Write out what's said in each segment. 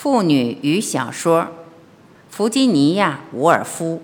妇女与小说，弗吉尼亚·伍尔夫。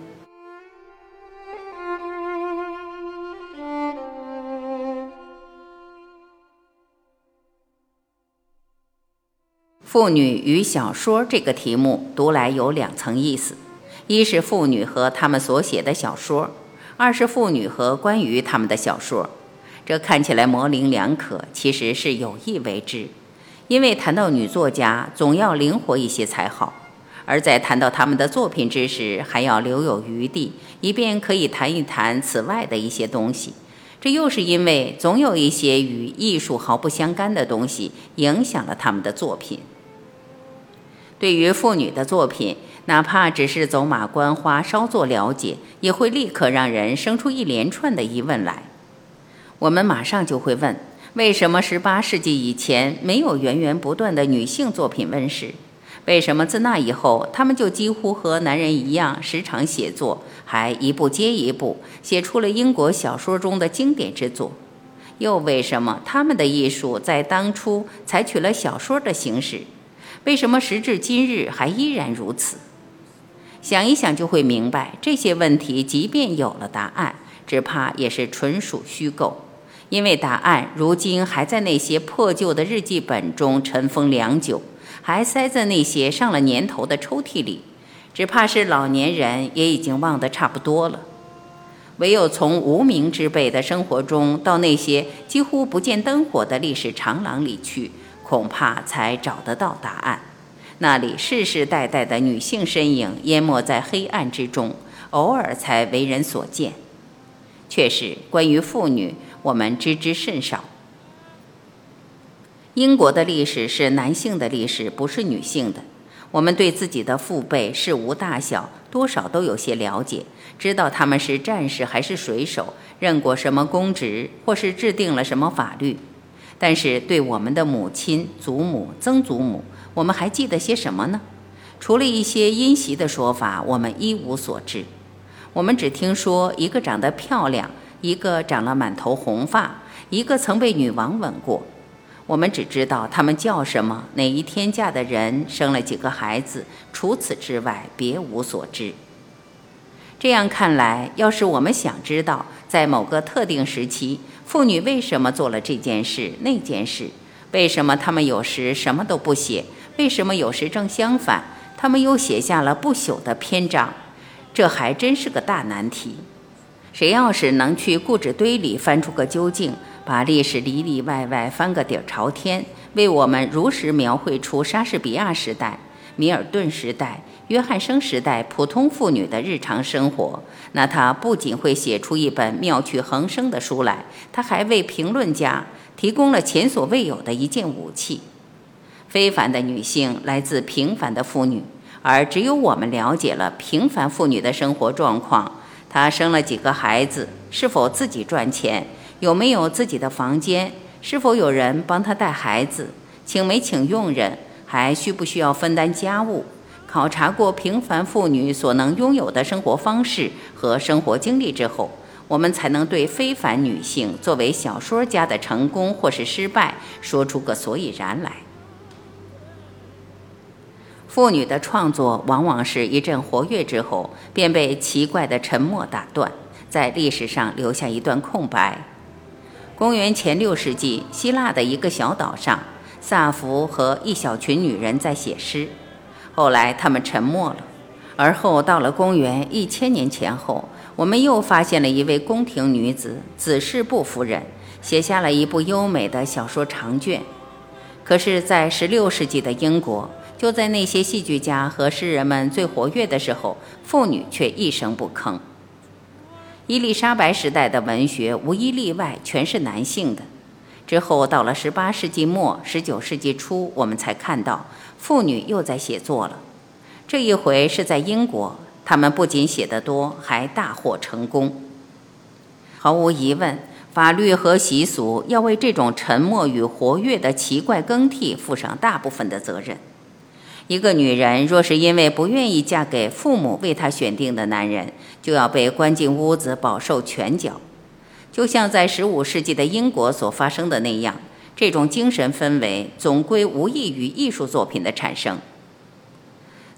妇女与小说这个题目读来有两层意思，一是妇女和她们所写的小说，二是妇女和关于她们的小说。这看起来模棱两可，其实是有意为之，因为谈到女作家总要灵活一些才好，而在谈到她们的作品之时还要留有余地，以便可以谈一谈此外的一些东西。这又是因为总有一些与艺术毫不相干的东西影响了他们的作品。对于妇女的作品，哪怕只是走马观花稍作了解，也会立刻让人生出一连串的疑问来。我们马上就会问，为什么18世纪以前没有源源不断的女性作品问世？为什么自那以后，她们就几乎和男人一样时常写作，还一部接一部写出了英国小说中的经典之作？又为什么她们的艺术在当初采取了小说的形式？为什么时至今日还依然如此？想一想就会明白，这些问题即便有了答案，只怕也是纯属虚构，因为答案如今还在那些破旧的日记本中尘封良久，还塞在那些上了年头的抽屉里，只怕是老年人也已经忘得差不多了。唯有从无名之辈的生活中到那些几乎不见灯火的历史长廊里去，恐怕才找得到答案。那里世世代代的女性身影淹没在黑暗之中，偶尔才为人所见。确实，关于妇女，我们知之甚少。英国的历史是男性的历史，不是女性的。我们对自己的父辈事无大小，多少都有些了解，知道他们是战士还是水手，任过什么公职，或是制定了什么法律。但是对我们的母亲、祖母、曾祖母，我们还记得些什么呢？除了一些因袭的说法，我们一无所知。我们只听说一个长得漂亮，一个长了满头红发，一个曾被女王吻过。我们只知道他们叫什么，哪一天嫁的人，生了几个孩子，除此之外别无所知。这样看来，要是我们想知道在某个特定时期妇女为什么做了这件事那件事，为什么她们有时什么都不写，为什么有时正相反，她们又写下了不朽的篇章，这还真是个大难题。谁要是能去故纸堆里翻出个究竟，把历史里里外外翻个底儿朝天，为我们如实描绘出莎士比亚时代、米尔顿时代、约翰生时代普通妇女的日常生活，那他不仅会写出一本妙趣横生的书来，他还为评论家提供了前所未有的一件武器。非凡的女性来自平凡的妇女，而只有我们了解了平凡妇女的生活状况，她生了几个孩子，是否自己赚钱，有没有自己的房间，是否有人帮她带孩子，请没请佣人，还需不需要分担家务，考察过平凡妇女所能拥有的生活方式和生活经历之后，我们才能对非凡女性作为小说家的成功或是失败说出个所以然来。妇女的创作往往是一阵活跃之后便被奇怪的沉默打断，在历史上留下一段空白。公元前6世纪，希腊的一个小岛上，萨福和一小群女人在写诗，后来他们沉默了。而后到了公元1000年前后，我们又发现了一位宫廷女子子氏部夫人，写下了一部优美的小说长卷。可是在16世纪的英国，就在那些戏剧家和诗人们最活跃的时候，妇女却一声不吭。伊丽莎白时代的文学无一例外全是男性的，之后到了18世纪末19世纪初，我们才看到妇女又在写作了。这一回是在英国，她们不仅写得多，还大获成功。毫无疑问，法律和习俗要为这种沉默与活跃的奇怪更替负上大部分的责任。一个女人若是因为不愿意嫁给父母为她选定的男人，就要被关进屋子饱受拳脚。就像在15世纪的英国所发生的那样，这种精神氛围总归无异于艺术作品的产生。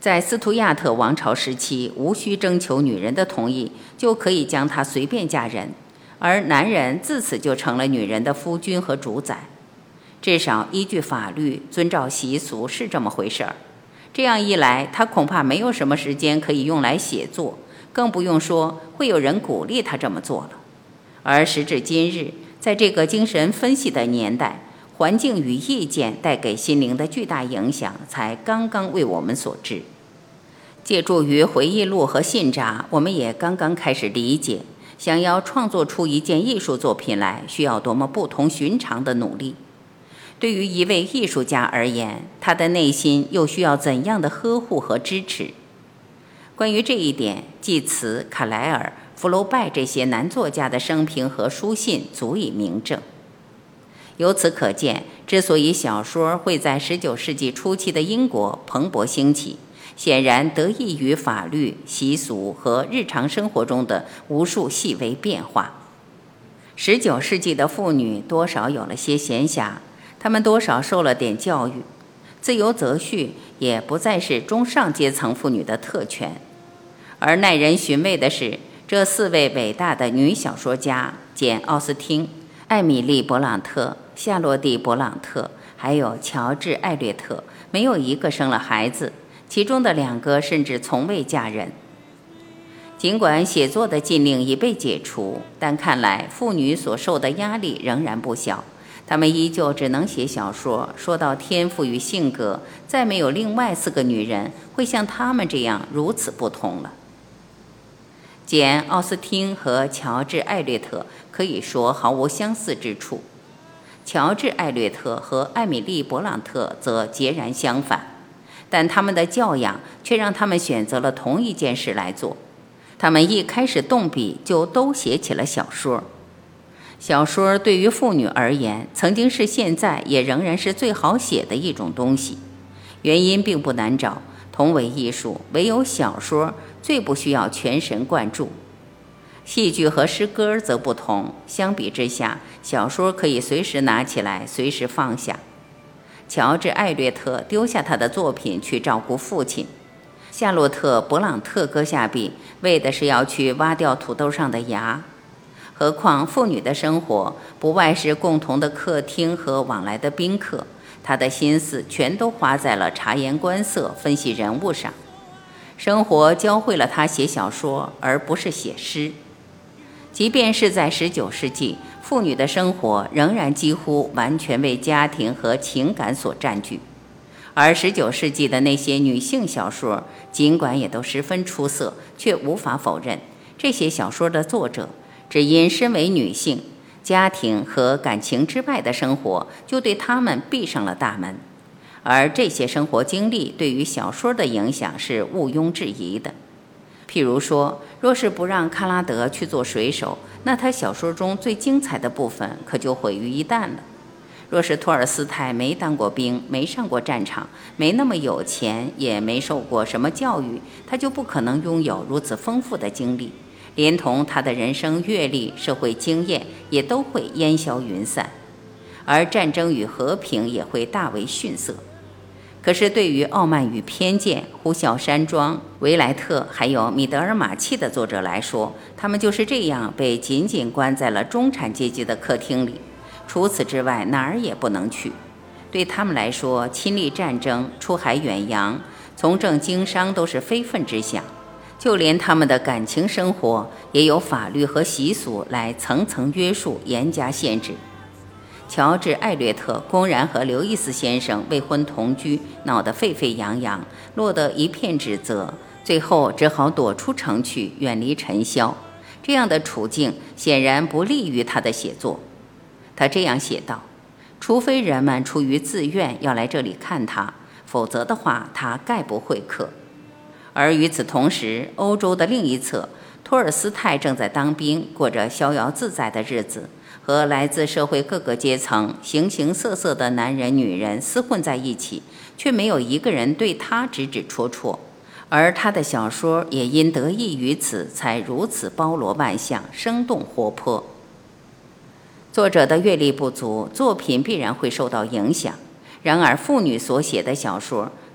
在斯图亚特王朝时期，无需征求女人的同意，就可以将她随便嫁人，而男人自此就成了女人的夫君和主宰。至少依据法律，遵照习俗是这么回事儿。这样一来，他恐怕没有什么时间可以用来写作，更不用说会有人鼓励他这么做了。而时至今日，在这个精神分析的年代，环境与意见带给心灵的巨大影响才刚刚为我们所知。借助于回忆录和信札，我们也刚刚开始理解，想要创作出一件艺术作品来，需要多么不同寻常的努力。对于一位艺术家而言，他的内心又需要怎样的呵护和支持？关于这一点，济慈、卡莱尔、福楼拜这些男作家的生平和书信足以明证。由此可见，之所以小说会在19世纪初期的英国蓬勃兴起，显然得益于法律、习俗和日常生活中的无数细微变化。19世纪的妇女多少有了些闲暇，她们多少受了点教育，自由择婿也不再是中上阶层妇女的特权。而耐人寻味的是，这4位伟大的女小说家简·奥斯汀、艾米丽·勃朗特、夏洛蒂·勃朗特还有乔治·艾略特，没有一个生了孩子，其中的2个甚至从未嫁人。尽管写作的禁令已被解除，但看来妇女所受的压力仍然不小，她们依旧只能写小说。说到天赋与性格，再没有另外4个女人会像她们这样如此不同了。简·奥斯汀和乔治·艾略特可以说毫无相似之处，乔治·艾略特和艾米丽·勃朗特则截然相反，但他们的教养却让他们选择了同一件事来做。他们一开始动笔就都写起了小说。小说对于妇女而言，曾经是现在也仍然是最好写的一种东西。原因并不难找，同为艺术，唯有小说最不需要全神贯注。戏剧和诗歌则不同，相比之下，小说可以随时拿起来，随时放下。乔治·艾略特丢下他的作品去照顾父亲，夏洛特·勃朗特搁下笔，为的是要去挖掉土豆上的芽。何况妇女的生活不外是共同的客厅和往来的宾客，她的心思全都花在了察言观色、分析人物上。生活教会了她写小说，而不是写诗。即便是在19世纪，妇女的生活仍然几乎完全为家庭和情感所占据。而19世纪的那些女性小说，尽管也都十分出色，却无法否认，这些小说的作者只因身为女性，家庭和感情之外的生活就对她们闭上了大门。而这些生活经历对于小说的影响是毋庸置疑的。譬如说，若是不让喀拉德去做水手，那他小说中最精彩的部分可就毁于一旦了。若是托尔斯泰没当过兵，没上过战场，没那么有钱，也没受过什么教育，他就不可能拥有如此丰富的经历，连同他的人生阅历、社会经验也都会烟消云散，而战争与和平也会大为逊色。可是对于《傲慢与偏见》、《呼啸山庄》、维莱特还有米德尔马契的作者来说，他们就是这样被紧紧关在了中产阶级的客厅里，除此之外哪儿也不能去。对他们来说，亲历战争、出海远洋、从政经商都是非分之想，就连他们的感情生活也有法律和习俗来层层约束、严加限制。乔治·艾略特公然和刘易斯先生未婚同居，闹得沸沸扬扬，落得一片指责，最后只好躲出城去，远离尘嚣。这样的处境显然不利于他的写作。他这样写道：除非人们出于自愿要来这里看他，否则的话他概不会客。而与此同时，欧洲的另一侧，托尔斯泰正在当兵，过着逍遥自在的日子，和来自社会各个阶层、形形色色的男人女人厮混在一起，却没有一个人对他指指戳戳。而他的小说也因得益于此，才如此包罗万象、生动活泼。作者的阅历不足，作品必然会受到影响。然而妇女所写的小说，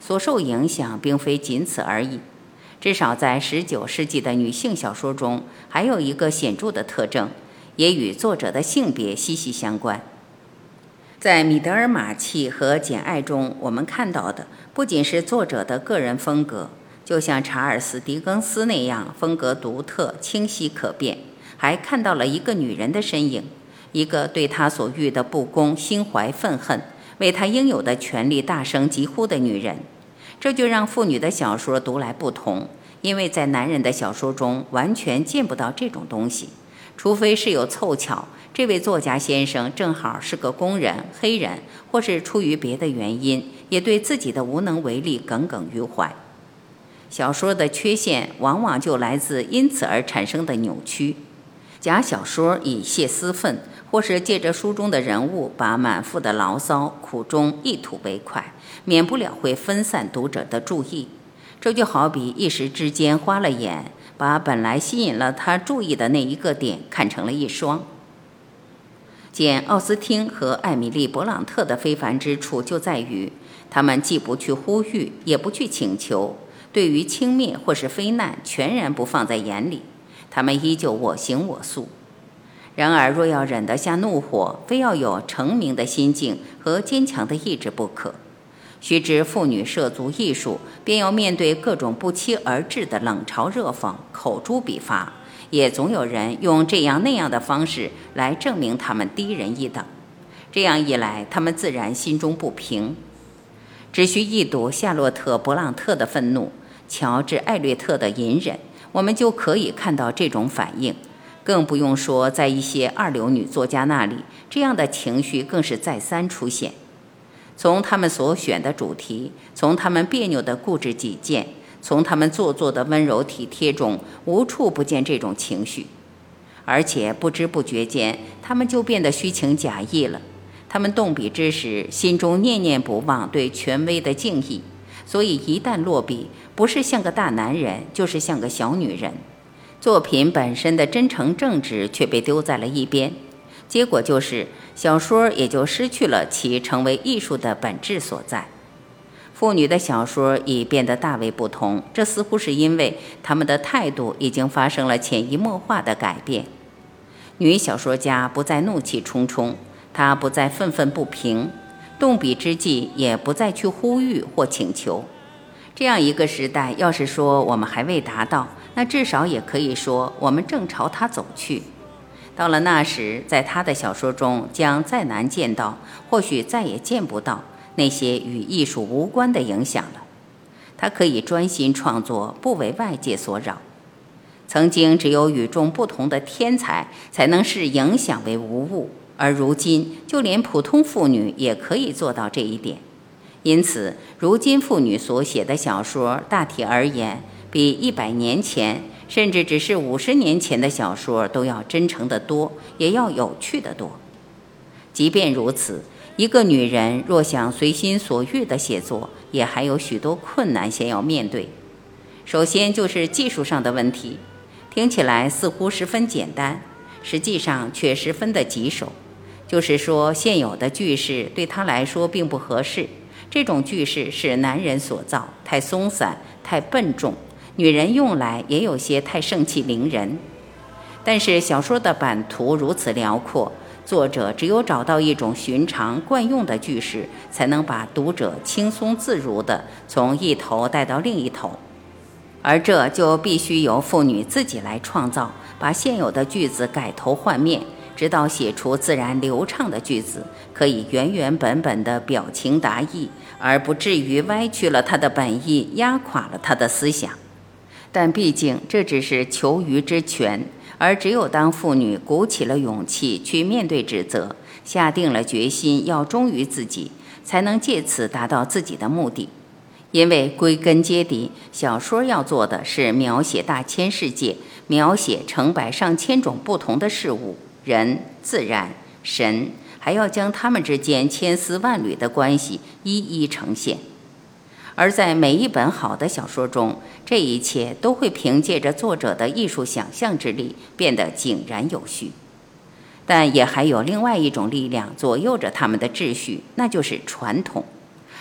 所受影响并非仅此而已。至少在19世纪的女性小说中，还有一个显著的特征，也与作者的性别息息相关。在米德尔马契和简爱中，我们看到的不仅是作者的个人风格，就像查尔斯·狄更斯那样风格独特、清晰可辨，还看到了一个女人的身影，一个对她所遇的不公心怀愤恨，为她应有的权利大声疾呼的女人。这就让妇女的小说读来不同，因为在男人的小说中完全见不到这种东西，除非是有凑巧，这位作家先生正好是个工人、黑人，或是出于别的原因，也对自己的无能为力耿耿于怀。小说的缺陷往往就来自因此而产生的扭曲。假小说以泄私愤，或是借着书中的人物把满腹的牢骚、苦衷一吐为快，免不了会分散读者的注意。这就好比一时之间花了眼，把本来吸引了他注意的那一个点看成了一双。简·奥斯汀和艾米丽·勃朗特的非凡之处就在于，他们既不去呼吁，也不去请求，对于轻蔑或是非难全然不放在眼里，他们依旧我行我素。然而若要忍得下怒火，非要有成名的心境和坚强的意志不可。须知妇女涉足艺术，便要面对各种不期而至的冷嘲热讽、口诛笔伐，也总有人用这样那样的方式来证明他们低人一等。这样一来，他们自然心中不平。只需一睹夏洛特·勃朗特的愤怒，乔治·艾略特的隐忍，我们就可以看到这种反应。更不用说在一些二流女作家那里，这样的情绪更是再三出现。从他们所选的主题，从他们别扭的固执己见，从他们做作的温柔体贴中，无处不见这种情绪。而且不知不觉间，他们就变得虚情假意了。他们动笔之时，心中念念不忘对权威的敬意，所以一旦落笔，不是像个大男人，就是像个小女人。作品本身的真诚正直却被丢在了一边，结果就是小说也就失去了其成为艺术的本质所在。妇女的小说已变得大为不同，这似乎是因为她们的态度已经发生了潜移默化的改变。女小说家不再怒气冲冲，她不再愤愤不平，动笔之际也不再去呼吁或请求。这样一个时代，要是说我们还未达到，那至少也可以说我们正朝它走去。到了那时，在他的小说中将再难见到，或许再也见不到那些与艺术无关的影响了。他可以专心创作，不为外界所扰。曾经只有与众不同的天才才能视影响为无物，而如今就连普通妇女也可以做到这一点。因此，如今妇女所写的小说，大体而言，比100年前，甚至只是50年前的小说都要真诚得多，也要有趣得多。即便如此，一个女人若想随心所欲地写作，也还有许多困难先要面对。首先就是技术上的问题，听起来似乎十分简单，实际上却十分的棘手。就是说，现有的句式对她来说并不合适，这种句式是男人所造，太松散，太笨重，女人用来也有些太盛气凌人。但是小说的版图如此辽阔，作者只有找到一种寻常惯用的句式，才能把读者轻松自如地从一头带到另一头。而这就必须由妇女自己来创造，把现有的句子改头换面，直到写出自然流畅的句子，可以原原本本的表情达意，而不至于歪曲了他的本意，压垮了他的思想。但毕竟这只是求鱼之权，而只有当妇女鼓起了勇气去面对指责，下定了决心要忠于自己，才能借此达到自己的目的。因为归根结底，小说要做的是描写大千世界，描写成百上千种不同的事物，人、自然、神，还要将它们之间千丝万缕的关系一一呈现。而在每一本好的小说中，这一切都会凭借着作者的艺术想象之力变得井然有序。但也还有另外一种力量左右着他们的秩序，那就是传统。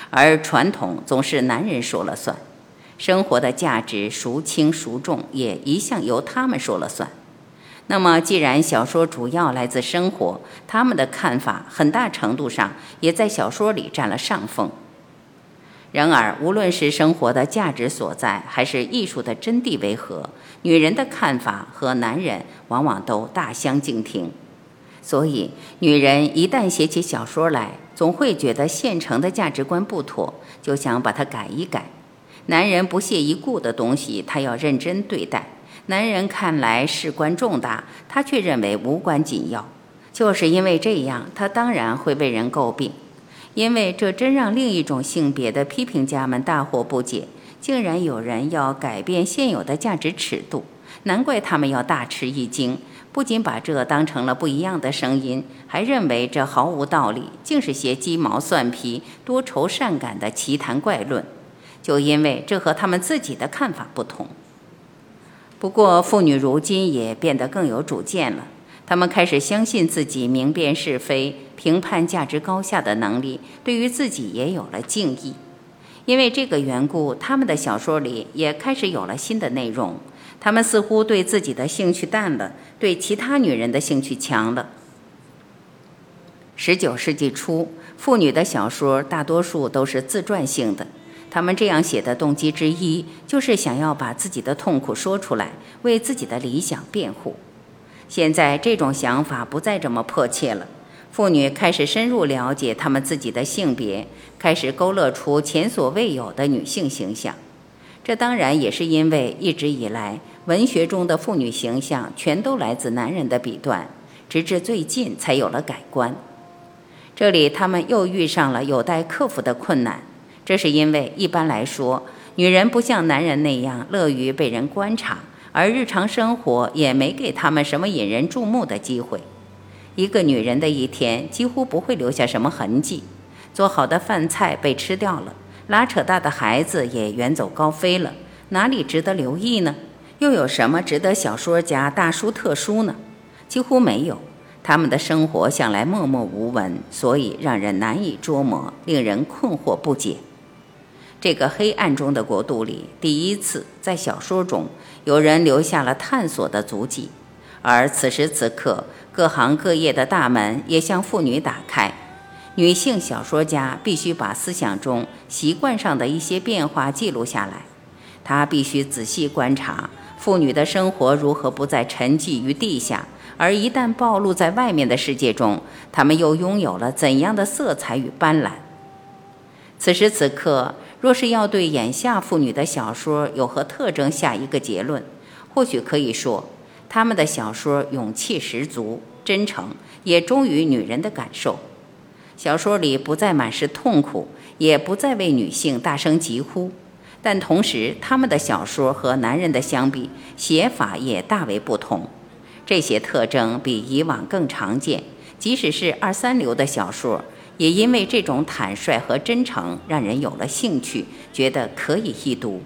而传统总是男人说了算，生活的价值孰轻孰重也一向由他们说了算。那么既然小说主要来自生活，他们的看法很大程度上也在小说里占了上风。然而无论是生活的价值所在，还是艺术的真谛为何，女人的看法和男人往往都大相径庭。所以女人一旦写起小说来，总会觉得现成的价值观不妥，就想把它改一改。男人不屑一顾的东西，她要认真对待，男人看来事关重大，他却认为无关紧要。就是因为这样，他当然会被人诟病。因为这真让另一种性别的批评家们大惑不解，竟然有人要改变现有的价值尺度，难怪他们要大吃一惊，不仅把这当成了不一样的声音，还认为这毫无道理，竟是些鸡毛蒜皮、多愁善感的奇谈怪论，就因为这和他们自己的看法不同。不过妇女如今也变得更有主见了，她们开始相信自己明辨是非、评判价值高下的能力，对于自己也有了敬意。因为这个缘故，她们的小说里也开始有了新的内容，她们似乎对自己的兴趣淡了，对其他女人的兴趣强了。19世纪初，妇女的小说大多数都是自传性的，他们这样写的动机之一，就是想要把自己的痛苦说出来，为自己的理想辩护。现在这种想法不再这么迫切了，妇女开始深入了解她们自己的性别，开始勾勒出前所未有的女性形象。这当然也是因为一直以来文学中的妇女形象全都来自男人的笔端，直至最近才有了改观。这里他们又遇上了有待克服的困难，这是因为一般来说，女人不像男人那样乐于被人观察，而日常生活也没给他们什么引人注目的机会。一个女人的一天几乎不会留下什么痕迹，做好的饭菜被吃掉了，拉扯大的孩子也远走高飞了，哪里值得留意呢？又有什么值得小说家大书特书呢？几乎没有。他们的生活向来默默无闻，所以让人难以捉摸，令人困惑不解。这个黑暗中的国度里，第一次在小说中有人留下了探索的足迹，而此时此刻，各行各业的大门也向妇女打开。女性小说家必须把思想中习惯上的一些变化记录下来，她必须仔细观察妇女的生活如何不再沉寂于地下，而一旦暴露在外面的世界中，她们又拥有了怎样的色彩与斑斓。此时此刻，若是要对眼下妇女的小说有何特征下一个结论，或许可以说，她们的小说勇气十足，真诚，也忠于女人的感受。小说里不再满是痛苦，也不再为女性大声疾呼，但同时他们的小说和男人的相比，写法也大为不同。这些特征比以往更常见，即使是2、3流的小说，也因为这种坦率和真诚，让人有了兴趣，觉得可以一读。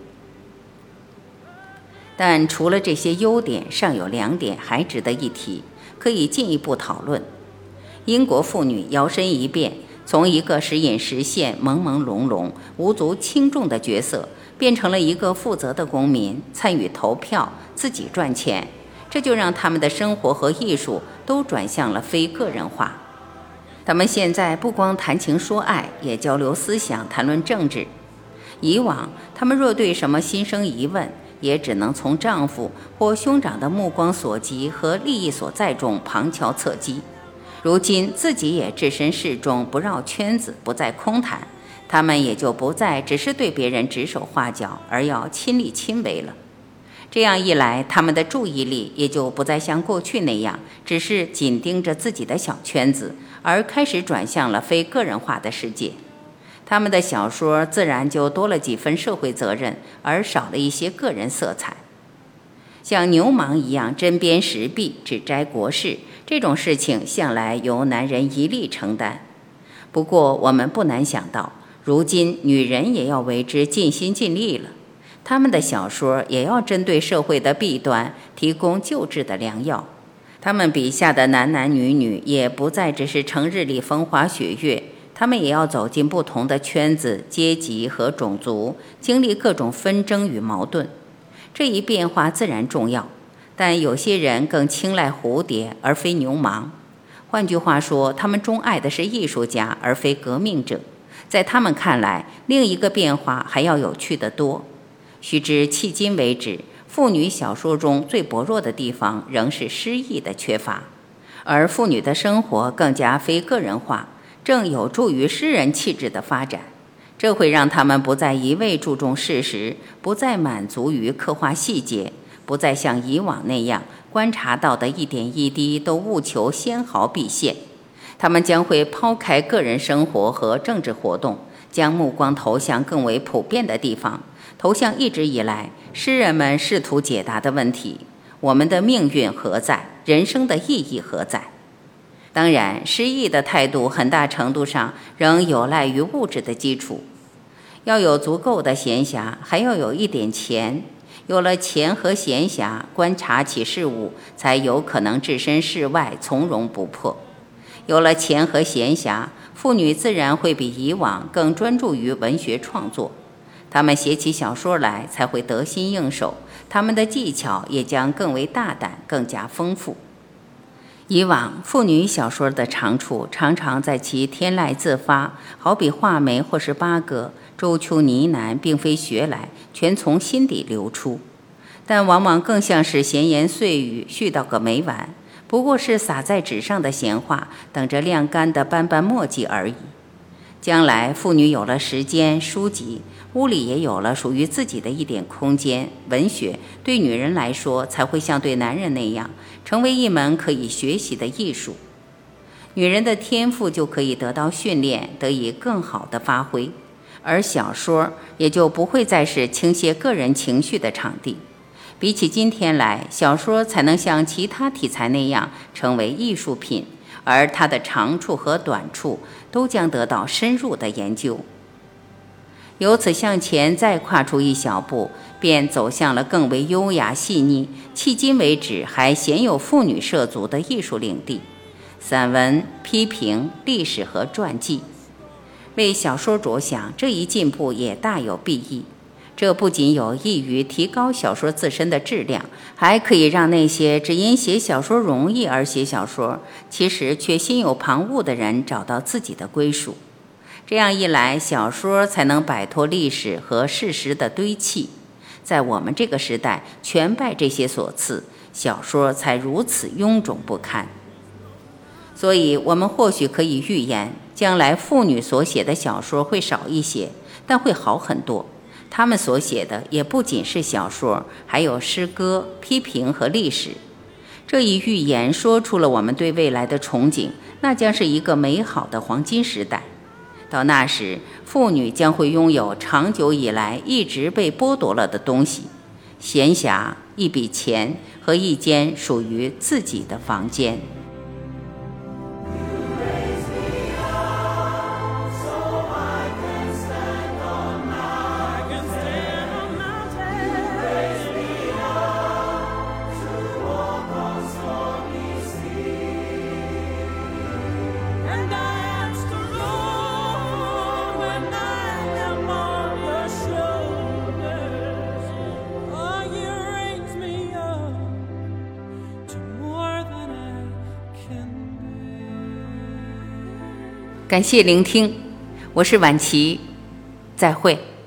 但除了这些优点，尚有2点还值得一提，可以进一步讨论。英国妇女摇身一变，从一个时隐时现、朦朦胧胧、无足轻重的角色，变成了一个负责的公民，参与投票，自己赚钱。这就让他们的生活和艺术都转向了非个人化。他们现在不光谈情说爱，也交流思想，谈论政治。以往他们若对什么心生疑问，也只能从丈夫或兄长的目光所及和利益所在中旁敲侧击。如今自己也置身事中，不绕圈子，不再空谈，他们也就不再只是对别人指手画脚，而要亲力亲为了。这样一来，他们的注意力也就不再像过去那样只是紧盯着自己的小圈子，而开始转向了非个人化的世界。他们的小说自然就多了几分社会责任，而少了一些个人色彩。像牛虻一样针砭时弊，指摘国事，这种事情向来由男人一力承担。不过我们不难想到，如今女人也要为之尽心尽力了。他们的小说也要针对社会的弊端提供救治的良药。他们笔下的男男女女也不再只是成日里风花雪月， 他们也要走进不同的圈子、阶级和种族，经历各种纷争与矛盾。这一变化自然重要，但有些人更青睐蝴蝶而非牛虻。换句话说，他们钟爱的是艺术家而非革命者。在他们看来，另一个变化还要有趣得多。须知迄今为止，妇女小说中最薄弱的地方仍是诗意的缺乏，而妇女的生活更加非个人化，正有助于诗人气质的发展。这会让他们不再一味注重事实，不再满足于刻画细节，不再像以往那样观察到的一点一滴都务求纤毫毕现。他们将会抛开个人生活和政治活动，将目光投向更为普遍的地方，投向一直以来诗人们试图解答的问题：我们的命运何在？人生的意义何在？当然，诗意的态度很大程度上仍有赖于物质的基础。要有足够的闲暇，还要有一点钱。有了钱和闲暇，观察起事物才有可能置身事外，从容不迫。有了钱和闲暇，妇女自然会比以往更专注于文学创作。她们写起小说来才会得心应手，她们的技巧也将更为大胆，更加丰富。以往妇女小说的长处常常在其天籁自发，好比画眉或是八哥，周秋呢喃，并非学来，全从心底流出，但往往更像是闲言碎语，絮叨个没完，不过是洒在纸上的闲话，等着晾干的斑斑墨迹而已。将来妇女有了时间、书籍，屋里也有了属于自己的一点空间，文学对女人来说才会像对男人那样，成为一门可以学习的艺术。女人的天赋就可以得到训练，得以更好的发挥，而小说也就不会再是倾泻个人情绪的场地。比起今天来，小说才能像其他题材那样成为艺术品，而它的长处和短处都将得到深入的研究。由此向前再跨出一小步，便走向了更为优雅细腻，迄今为止还鲜有妇女涉足的艺术领地——散文、批评、历史和传记。为小说着想，这一进步也大有裨益。这不仅有益于提高小说自身的质量，还可以让那些只因写小说容易而写小说，其实却心有旁骛的人找到自己的归属。这样一来，小说才能摆脱历史和事实的堆砌。在我们这个时代，全拜这些所赐，小说才如此臃肿不堪。所以我们或许可以预言，将来妇女所写的小说会少一些，但会好很多。她们所写的也不仅是小说，还有诗歌、批评和历史。这一预言说出了我们对未来的憧憬，那将是一个美好的黄金时代。到那时，妇女将会拥有长久以来一直被剥夺了的东西：闲暇、一笔钱和一间属于自己的房间。感谢聆听，我是婉琪，再会。